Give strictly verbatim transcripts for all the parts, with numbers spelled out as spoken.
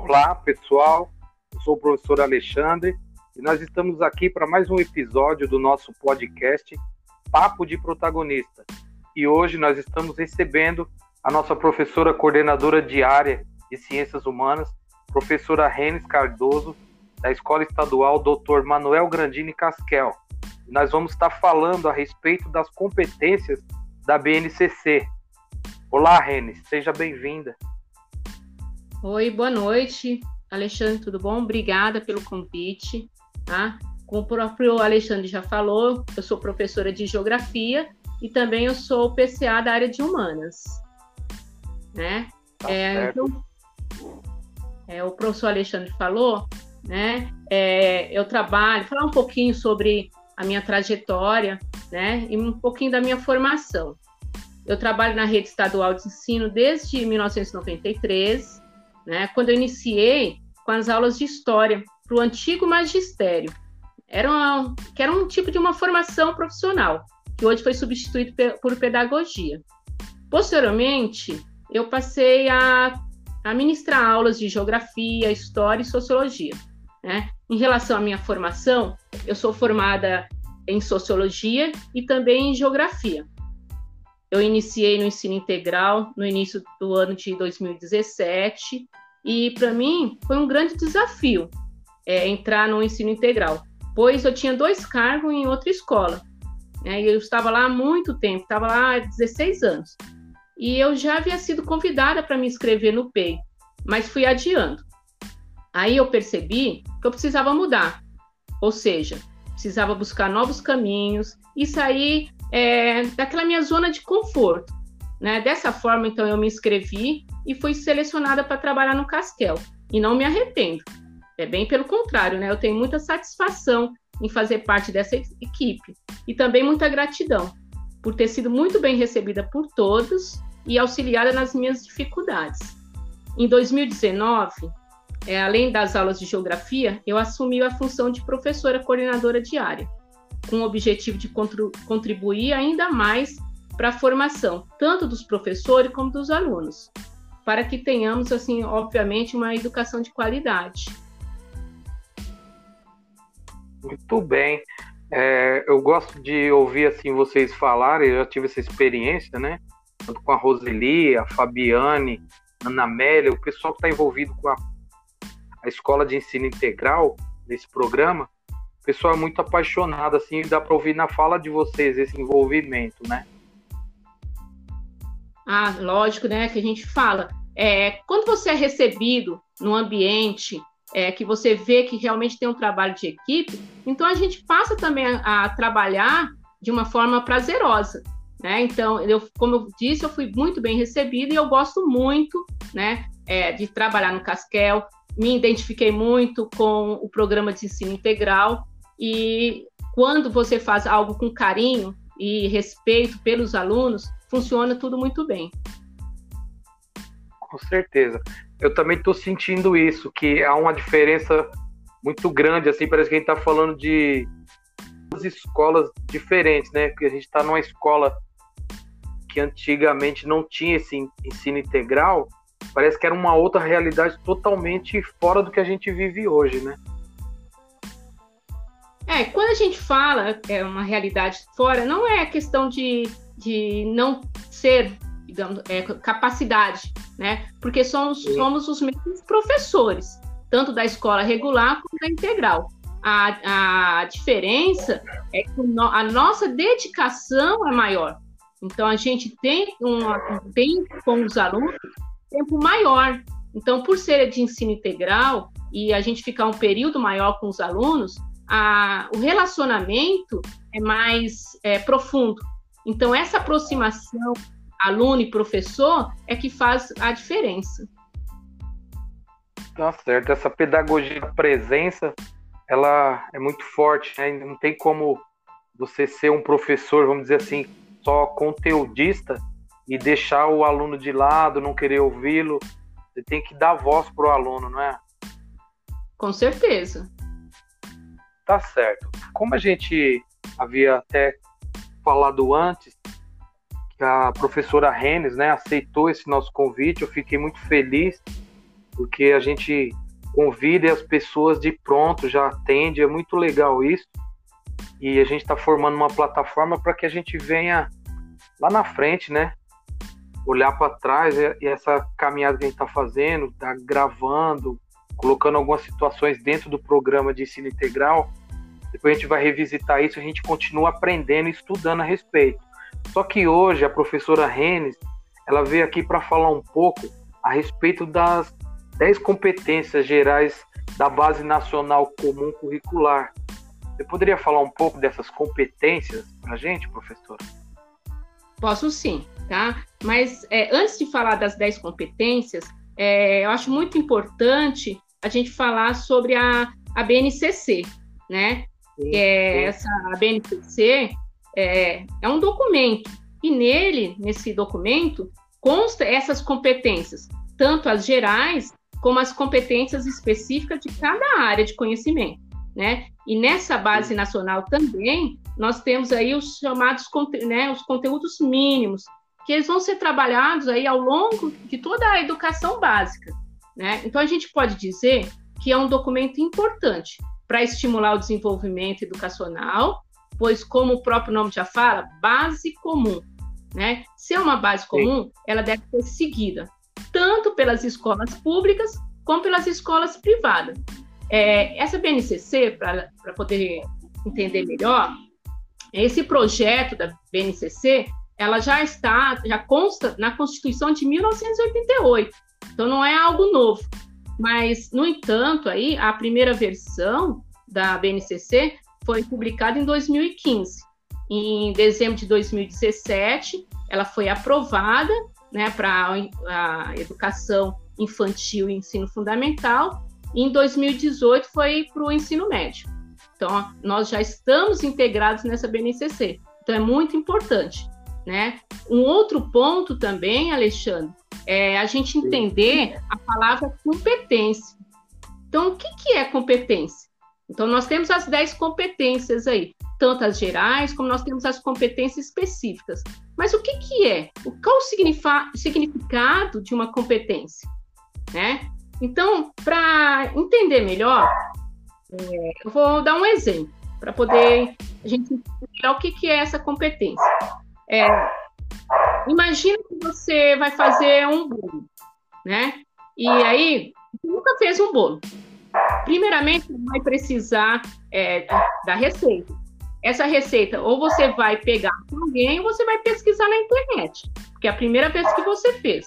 Olá, pessoal. Eu sou o professor Alexandre e nós estamos aqui para mais um episódio do nosso podcast Papo de Protagonista. E hoje nós estamos recebendo a nossa professora coordenadora de área de Ciências Humanas, professora Renes Cardoso, da Escola Estadual doutor Manuel Grandini Casquel. E nós vamos estar falando a respeito das competências da B N C C. Olá, Renes, seja bem-vinda. Oi, boa noite, Alexandre, tudo bom? Obrigada pelo convite, tá? Como o próprio Alexandre já falou, eu sou professora de Geografia e também eu sou P C A da área de Humanas, né? Tá é, então, é, o professor Alexandre falou, né? É, eu trabalho, falar um pouquinho sobre a minha trajetória, né? E um pouquinho da minha formação. Eu trabalho na rede estadual de ensino desde mil novecentos e noventa e três, né, quando eu iniciei com as aulas de História para o antigo magistério. Era, uma, que era um tipo de uma formação profissional, que hoje foi substituído pe- por Pedagogia. Posteriormente, eu passei a, a ministrar aulas de Geografia, História e Sociologia. Né? Em relação à minha formação, eu sou formada em Sociologia e também em Geografia. Eu iniciei no ensino integral no início do ano de dois mil e dezessete e, para mim, foi um grande desafio é, entrar no ensino integral, pois eu tinha dois cargos em outra escola. Né, e eu estava lá há muito tempo, estava lá há dezesseis anos. E eu já havia sido convidada para me inscrever no P E I, mas fui adiando. Aí eu percebi que eu precisava mudar, ou seja, precisava buscar novos caminhos e sair É, daquela minha zona de conforto, né? Dessa forma, então, eu me inscrevi e fui selecionada para trabalhar no Casquel, e não me arrependo, é bem pelo contrário, né? Eu tenho muita satisfação em fazer parte dessa equipe, e também muita gratidão por ter sido muito bem recebida por todos e auxiliada nas minhas dificuldades. Em dois mil e dezenove, é, além das aulas de Geografia, eu assumi a função de professora coordenadora de área, com o objetivo de contribuir ainda mais para a formação, tanto dos professores como dos alunos, para que tenhamos, assim, obviamente, uma educação de qualidade. Muito bem. É, eu gosto de ouvir assim, vocês falarem, eu já tive essa experiência, né? Tanto com a Roseli, a Fabiane, a Ana Amélia, o pessoal que está envolvido com a, a Escola de Ensino Integral, nesse programa. O pessoal é muito apaixonado, assim, dá para ouvir na fala de vocês esse envolvimento, né? Ah, lógico, né, que a gente fala. É, quando você é recebido num ambiente é, que você vê que realmente tem um trabalho de equipe, então a gente passa também a, a trabalhar de uma forma prazerosa, né? Então, eu, como eu disse, eu fui muito bem recebida e eu gosto muito, né, é, de trabalhar no Casquel. Me identifiquei muito com o programa de ensino integral. E quando você faz algo com carinho e respeito pelos alunos, funciona tudo muito bem. Com certeza. Eu também estou sentindo isso, que há uma diferença muito grande, assim, parece que a gente está falando de duas escolas diferentes, né? Porque a gente está numa escola que antigamente não tinha esse ensino integral, parece que era uma outra realidade totalmente fora do que a gente vive hoje, né? É, quando a gente fala é uma realidade fora, não é questão de, de não ser, digamos, é, capacidade, né? Porque somos, somos os mesmos professores, tanto da escola regular como da integral. A, a diferença é que a nossa dedicação é maior. Então, a gente tem um, um tempo com os alunos, um tempo maior. Então, por ser de ensino integral e a gente ficar um período maior com os alunos, A, o relacionamento é mais é, profundo. Então, essa aproximação aluno e professor é que faz a diferença. Tá certo. Essa pedagogia da presença, ela é muito forte, né? Não tem como você ser um professor, vamos dizer assim, só conteudista e deixar o aluno de lado, não querer ouvi-lo. Você tem que dar voz para o aluno, não é? Com certeza. Tá certo. Como a gente havia até falado antes, que a professora Renes, né, aceitou esse nosso convite, eu fiquei muito feliz porque a gente convida e as pessoas de pronto já atendem, é muito legal isso, e a gente está formando uma plataforma para que a gente venha lá na frente, né, olhar para trás e essa caminhada que a gente está fazendo, tá gravando, colocando algumas situações dentro do programa de ensino integral. Depois a gente vai revisitar isso, a gente continua aprendendo e estudando a respeito. Só que hoje a professora Renes, ela veio aqui para falar um pouco a respeito das dez competências gerais da Base Nacional Comum Curricular. Você poderia falar um pouco dessas competências para a gente, professora? Posso sim, tá? Mas é, antes de falar das dez competências, é, eu acho muito importante a gente falar sobre a, a B N C C, né? Sim, é, sim. Essa a B N C C é, é um documento, e nele, nesse documento, consta essas competências, tanto as gerais como as competências específicas de cada área de conhecimento, né? E nessa base nacional também, nós temos aí os chamados, né, os conteúdos mínimos, que eles vão ser trabalhados aí ao longo de toda a educação básica, né? Então, a gente pode dizer que é um documento importante para estimular o desenvolvimento educacional, pois, como o próprio nome já fala, base comum, né? Se é uma base comum, sim, ela deve ser seguida tanto pelas escolas públicas como pelas escolas privadas. É, essa B N C C, para poder entender melhor, esse projeto da B N C C, ela já está, já consta na Constituição de mil novecentos e oitenta e oito, então não é algo novo. Mas, no entanto, aí, a primeira versão da B N C C foi publicada em dois mil e quinze. Em dezembro de dois mil e dezessete, ela foi aprovada, né, para a educação infantil e ensino fundamental, e em dois mil e dezoito foi para o ensino médio. Então, nós já estamos integrados nessa B N C C. Então, é muito importante, né? Um outro ponto também, Alexandre, é a gente entender a palavra competência. Então, o que, que é competência? Então, nós temos as dez competências aí, tanto as gerais, como nós temos as competências específicas. Mas o que, que é? Qual o significado de uma competência? Né? Então, para entender melhor, é, eu vou dar um exemplo, para poder a gente entender o que, que é essa competência. É, imagina que você vai fazer um bolo, né? E aí, você nunca fez um bolo. Primeiramente, você vai precisar é, da receita. Essa receita, ou você vai pegar com alguém, ou você vai pesquisar na internet, porque é a primeira vez que você fez.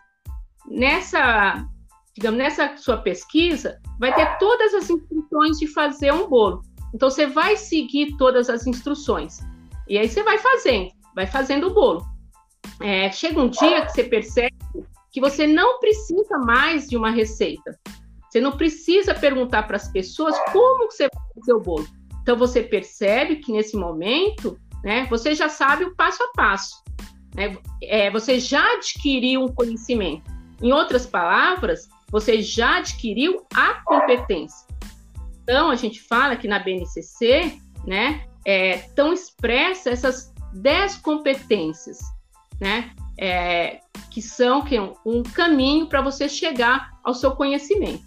Nessa, digamos, nessa sua pesquisa, vai ter todas as instruções de fazer um bolo. Então, você vai seguir todas as instruções. E aí, você vai fazendo, vai fazendo o bolo. É, chega um dia que você percebe que você não precisa mais de uma receita. Você não precisa perguntar para as pessoas como que você vai fazer o bolo. Então, você percebe que, nesse momento, né, você já sabe o passo a passo. Né? É, você já adquiriu um conhecimento. Em outras palavras, você já adquiriu a competência. Então, a gente fala que na B N C C, né, é, estão expressas essas dez competências, né, é, que são que, um, um caminho para você chegar ao seu conhecimento.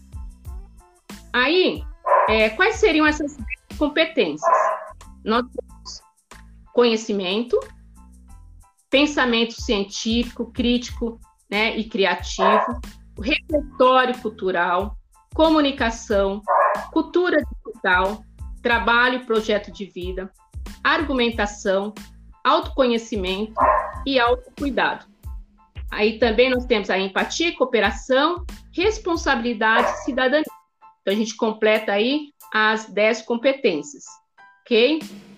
Aí, é, quais seriam essas competências? Nós temos conhecimento, pensamento científico, crítico, né, e criativo, repertório cultural, comunicação, cultura digital, trabalho e projeto de vida, argumentação, autoconhecimento e autocuidado. Aí também nós temos a empatia, cooperação, responsabilidade e cidadania. Então, a gente completa aí as dez competências, ok?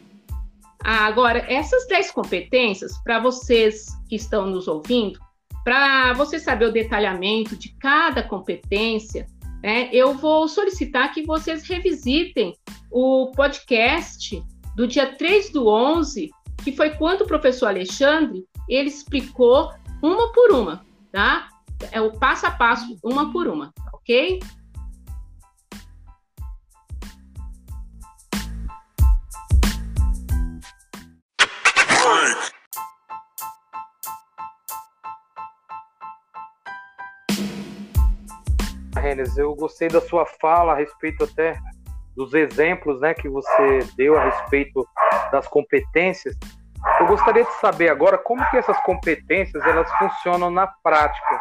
Agora, essas dez competências, para vocês que estão nos ouvindo, para você saber o detalhamento de cada competência, né, eu vou solicitar que vocês revisitem o podcast do dia três do onze, que foi quando o professor Alexandre, ele explicou uma por uma, tá? É o passo a passo, uma por uma, ok? Enéas, eu gostei da sua fala a respeito até dos exemplos, né, que você deu a respeito das competências. Eu gostaria de saber agora como que essas competências elas funcionam na prática.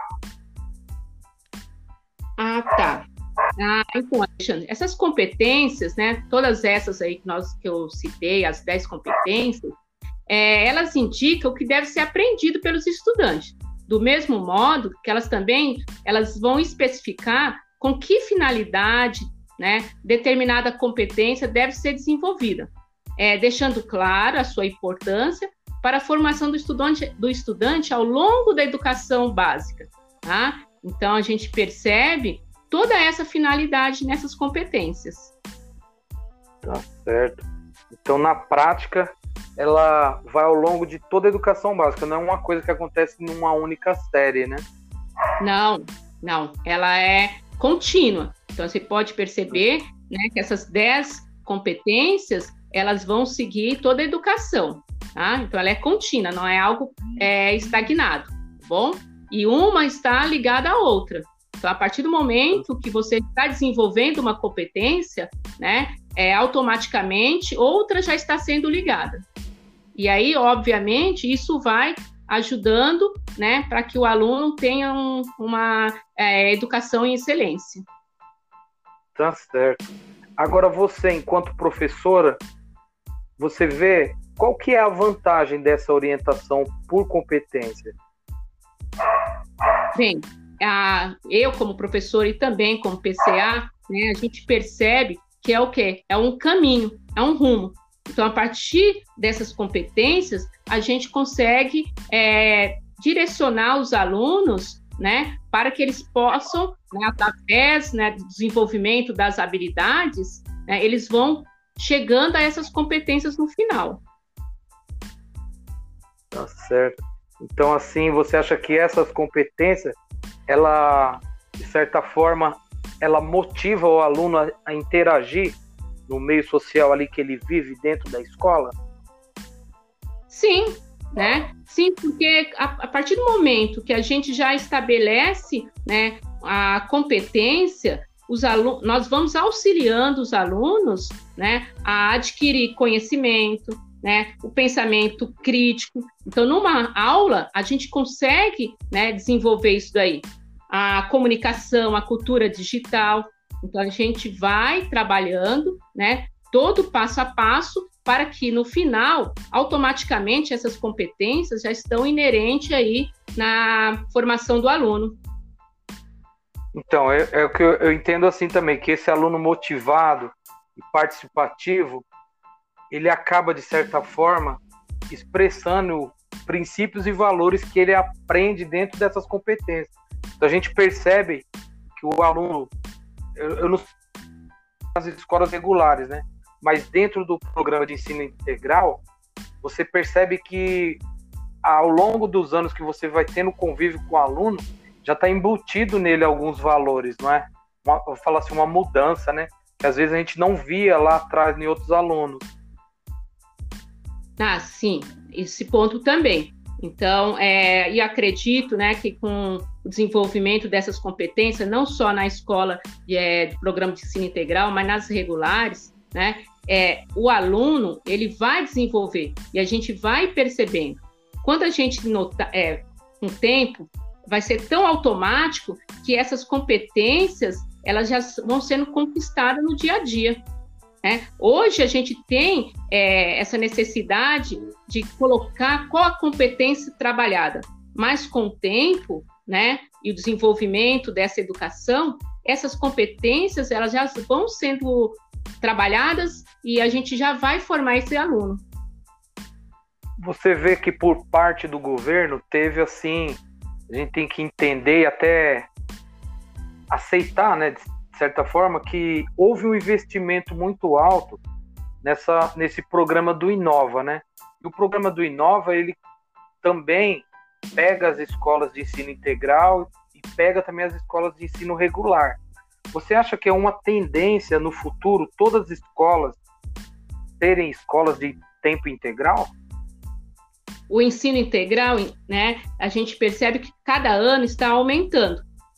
Ah, tá. Ah, então, Alexandre, essas competências, né, todas essas aí que, nós, que eu citei, as dez competências, é, elas indicam o que deve ser aprendido pelos estudantes. Do mesmo modo que elas também elas vão especificar com que finalidade, né, determinada competência deve ser desenvolvida, é, deixando claro a sua importância para a formação do estudante, do estudante ao longo da educação básica. Tá? Então, a gente percebe toda essa finalidade nessas competências. Tá certo. Então, na prática, ela vai ao longo de toda a educação básica, não é uma coisa que acontece numa única série, né? Não, não. Ela é contínua. Então, você pode perceber, né, que essas dez competências, elas vão seguir toda a educação, tá? Então, ela é contínua, não é algo é, estagnado, tá bom? E uma está ligada à outra. Então, a partir do momento que você está desenvolvendo uma competência, né, é, automaticamente outra já está sendo ligada. E aí, obviamente, isso vai ajudando, né, para que o aluno tenha um, uma é, educação em excelência. Tá certo. Agora, você, enquanto professora, você vê qual que é a vantagem dessa orientação por competência? Bem, a, eu como professora e também como P C A, né, a gente percebe que é o quê? É um caminho, é um rumo. Então, a partir dessas competências, a gente consegue é, direcionar os alunos, né, para que eles possam, né, através, né, do desenvolvimento das habilidades, né, eles vão chegando a essas competências no final. Tá certo. Então, assim, você acha que essas competências, ela, de certa forma, ela motiva o aluno a, a interagir no meio social ali que ele vive dentro da escola? Sim, né? Sim, porque a, a partir do momento que a gente já estabelece, né, a competência, os alunos, nós vamos auxiliando os alunos, né, a adquirir conhecimento, né, o pensamento crítico. Então, numa aula, a gente consegue, né, desenvolver isso daí. A comunicação, a cultura digital. Então, a gente vai trabalhando, né, todo passo a passo, para que, no final, automaticamente, essas competências já estão inerentes aí na formação do aluno. Então, é, é o que eu, eu entendo assim também, que esse aluno motivado e participativo, ele acaba, de certa forma, expressando princípios e valores que ele aprende dentro dessas competências. Então, a gente percebe que o aluno, eu, eu não sei nas escolas regulares, né? Mas dentro do programa de ensino integral, você percebe que ao longo dos anos que você vai tendo convívio com o aluno, já está embutido nele alguns valores, não é? Uma, eu falo assim, uma mudança, né? Que às vezes a gente não via lá atrás em outros alunos. Ah, sim, esse ponto também. Então, é, e acredito, né, que com o desenvolvimento dessas competências, não só na escola de, é, de programa de ensino integral, mas nas regulares, né, é, o aluno, ele vai desenvolver e a gente vai percebendo. Quando a gente nota, é, com o tempo, vai ser tão automático que essas competências, elas já vão sendo conquistadas no dia a dia. Né? Hoje a gente tem é, essa necessidade de colocar qual a competência trabalhada, mas com o tempo, né, e o desenvolvimento dessa educação, essas competências elas já vão sendo trabalhadas e a gente já vai formar esse aluno. Você vê que por parte do governo teve assim, a gente tem que entender e até aceitar, né, de certa forma, que houve um investimento muito alto nessa, nesse programa do Inova, né? E o programa do Inova, ele também pega as escolas de ensino integral e pega também as escolas de ensino regular. Você acha que é uma tendência no futuro todas as escolas terem escolas de tempo integral? O ensino integral, né, a gente percebe que cada ano está aumentando, né?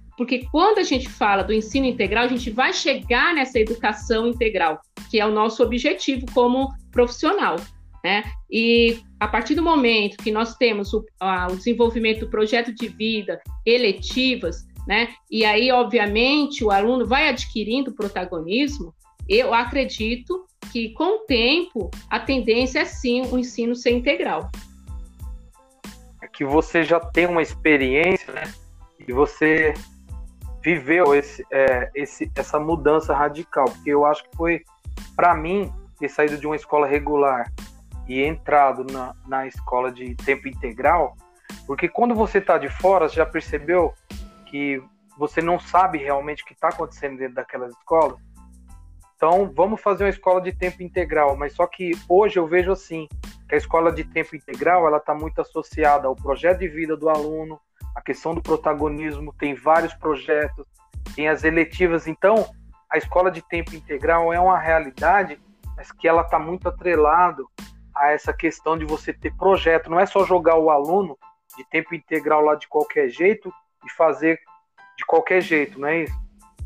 Porque quando a gente fala do ensino integral, a gente vai chegar nessa educação integral, que é o nosso objetivo como profissional, né? E a partir do momento que nós temos o, a, o desenvolvimento do projeto de vida, eletivas, né? E aí, obviamente, o aluno vai adquirindo protagonismo, eu acredito que, com o tempo, a tendência é sim o ensino ser integral. É que você já tem uma experiência, né? E você viveu esse, é, esse, essa mudança radical, porque eu acho que foi, para mim, ter saído de uma escola regular e entrado na, na escola de tempo integral, porque quando você está de fora, você já percebeu que você não sabe realmente o que está acontecendo dentro daquelas escolas? Então, vamos fazer uma escola de tempo integral, mas só que hoje eu vejo assim, que a escola de tempo integral, ela está muito associada ao projeto de vida do aluno, a questão do protagonismo, tem vários projetos, tem as eletivas. Então, a escola de tempo integral é uma realidade, mas que ela está muito atrelado a essa questão de você ter projeto. Não é só jogar o aluno de tempo integral lá de qualquer jeito e fazer de qualquer jeito, não é isso?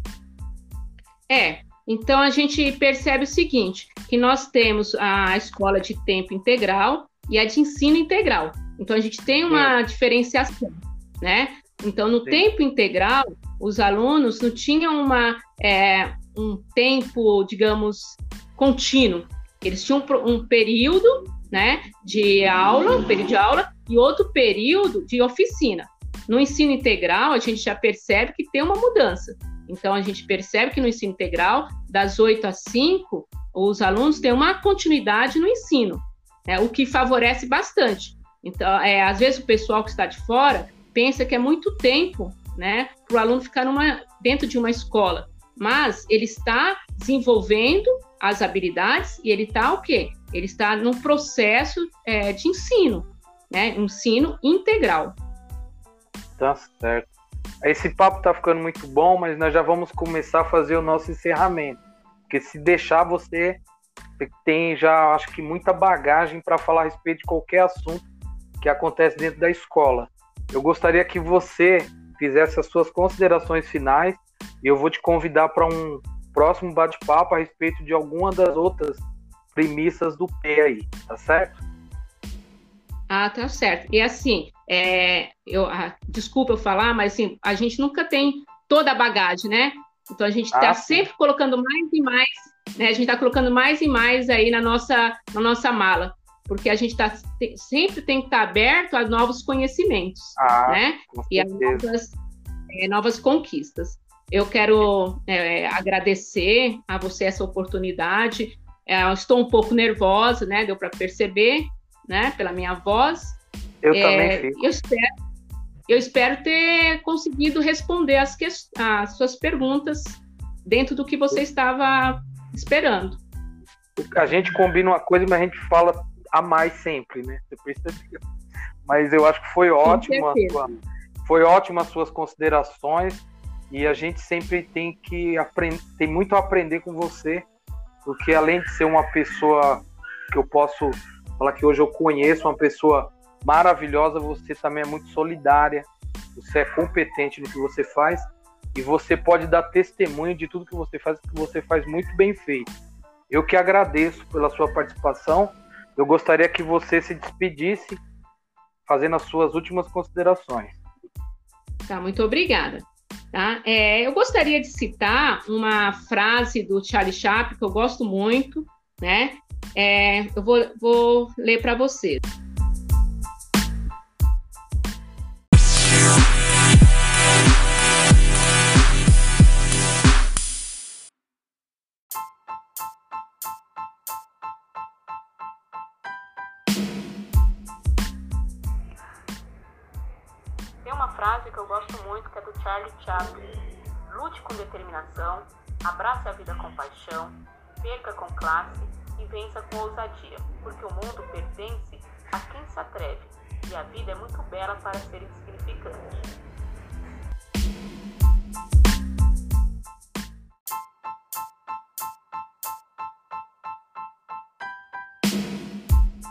É, então a gente percebe o seguinte, que nós temos a escola de tempo integral e a de ensino integral. Então a gente tem uma Sim. diferenciação, né? Então no Sim. tempo integral, os alunos não tinham uma, é, um tempo, digamos, contínuo. Eles tinham um período, né, de aula, um período de aula e outro período de oficina. No ensino integral, a gente já percebe que tem uma mudança. Então, a gente percebe que no ensino integral, das oito às cinco, os alunos têm uma continuidade no ensino, né, o que favorece bastante. Então, é, às vezes, o pessoal que está de fora pensa que é muito tempo, né, para o aluno ficar numa, dentro de uma escola. Mas ele está desenvolvendo as habilidades e ele está o quê? Ele está num processo é, de ensino, né, ensino integral. Tá certo. Esse papo tá ficando muito bom, mas nós já vamos começar a fazer o nosso encerramento. Porque se deixar, você tem já, acho que, muita bagagem para falar a respeito de qualquer assunto que acontece dentro da escola. Eu gostaria que você fizesse as suas considerações finais e eu vou te convidar para um próximo bate-papo a respeito de alguma das outras premissas do P aí, tá certo? Ah, tá certo. E assim, é, eu, ah, desculpa eu falar, mas assim, a gente nunca tem toda a bagagem, né? Então a gente está ah, sempre colocando mais e mais, né? A gente está colocando mais e mais aí na nossa, na nossa mala, porque a gente tá, te, sempre tem que estar aberto a novos conhecimentos, ah, né? E a novas, é, novas conquistas. Eu quero é, agradecer a você essa oportunidade. É, eu estou um pouco nervosa, né? Deu para perceber, né? Pela minha voz. Eu é, também fico. Eu espero, eu espero ter conseguido responder as, que, as suas perguntas dentro do que você estava esperando. A gente combina uma coisa, mas a gente fala a mais sempre, né? Você percebeu? Mas eu acho que foi ótimo, a sua, foi ótimo as suas considerações e a gente sempre tem que aprender, tem muito a aprender com você, porque além de ser uma pessoa que eu posso falar que hoje eu conheço, uma pessoa maravilhosa, você também é muito solidária, você é competente no que você faz e você pode dar testemunho de tudo que você faz, que você faz muito bem feito. Eu que agradeço pela sua participação. Eu gostaria que você se despedisse fazendo as suas últimas considerações. Tá, muito obrigada. Tá? É, eu gostaria de citar uma frase do Charlie Chaplin que eu gosto muito, né? É, eu vou, vou ler para você. Tem uma frase que eu gosto muito, que é do Charlie Chaplin. Lute com determinação, abrace a vida com paixão, perca com classe e vença com ousadia, porque o mundo pertence a quem se atreve e a vida é muito bela para ser insignificante.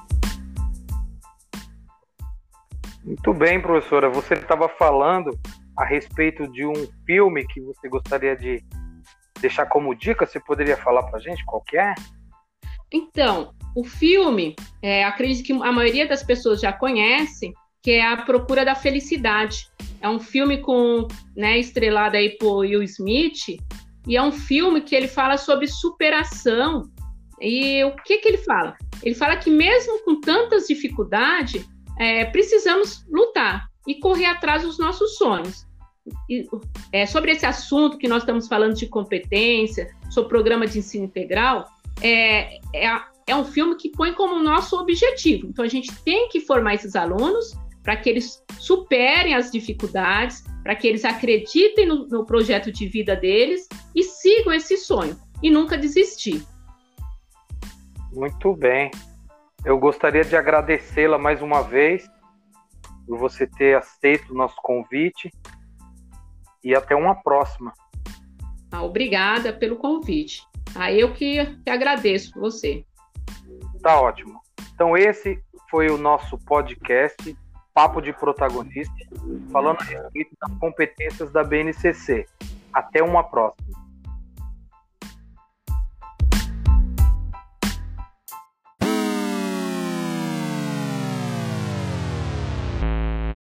Muito bem, professora. Você estava falando a respeito de um filme que você gostaria de deixar como dica. Você poderia falar para a gente qual que é? Então, o filme, é, acredito que a maioria das pessoas já conhece, que é A Procura da Felicidade. É um filme com, né, estrelado aí por Will Smith, e é um filme que ele fala sobre superação. E o que que ele fala? Ele fala que mesmo com tantas dificuldades, é, precisamos lutar e correr atrás dos nossos sonhos. E, é, sobre esse assunto que nós estamos falando de competência, sobre o programa de ensino integral, é, é, é um filme que põe como nosso objetivo. Então, a gente tem que formar esses alunos para que eles superem as dificuldades, para que eles acreditem no, no projeto de vida deles e sigam esse sonho, e nunca desistir. Muito bem. Eu gostaria de agradecê-la mais uma vez por você ter aceito o nosso convite, e até uma próxima. Ah, obrigada pelo convite. Ah, eu que, que agradeço você. Tá ótimo. Então esse foi o nosso podcast Papo de Protagonista, falando a respeito das competências da B N C C. Até uma próxima.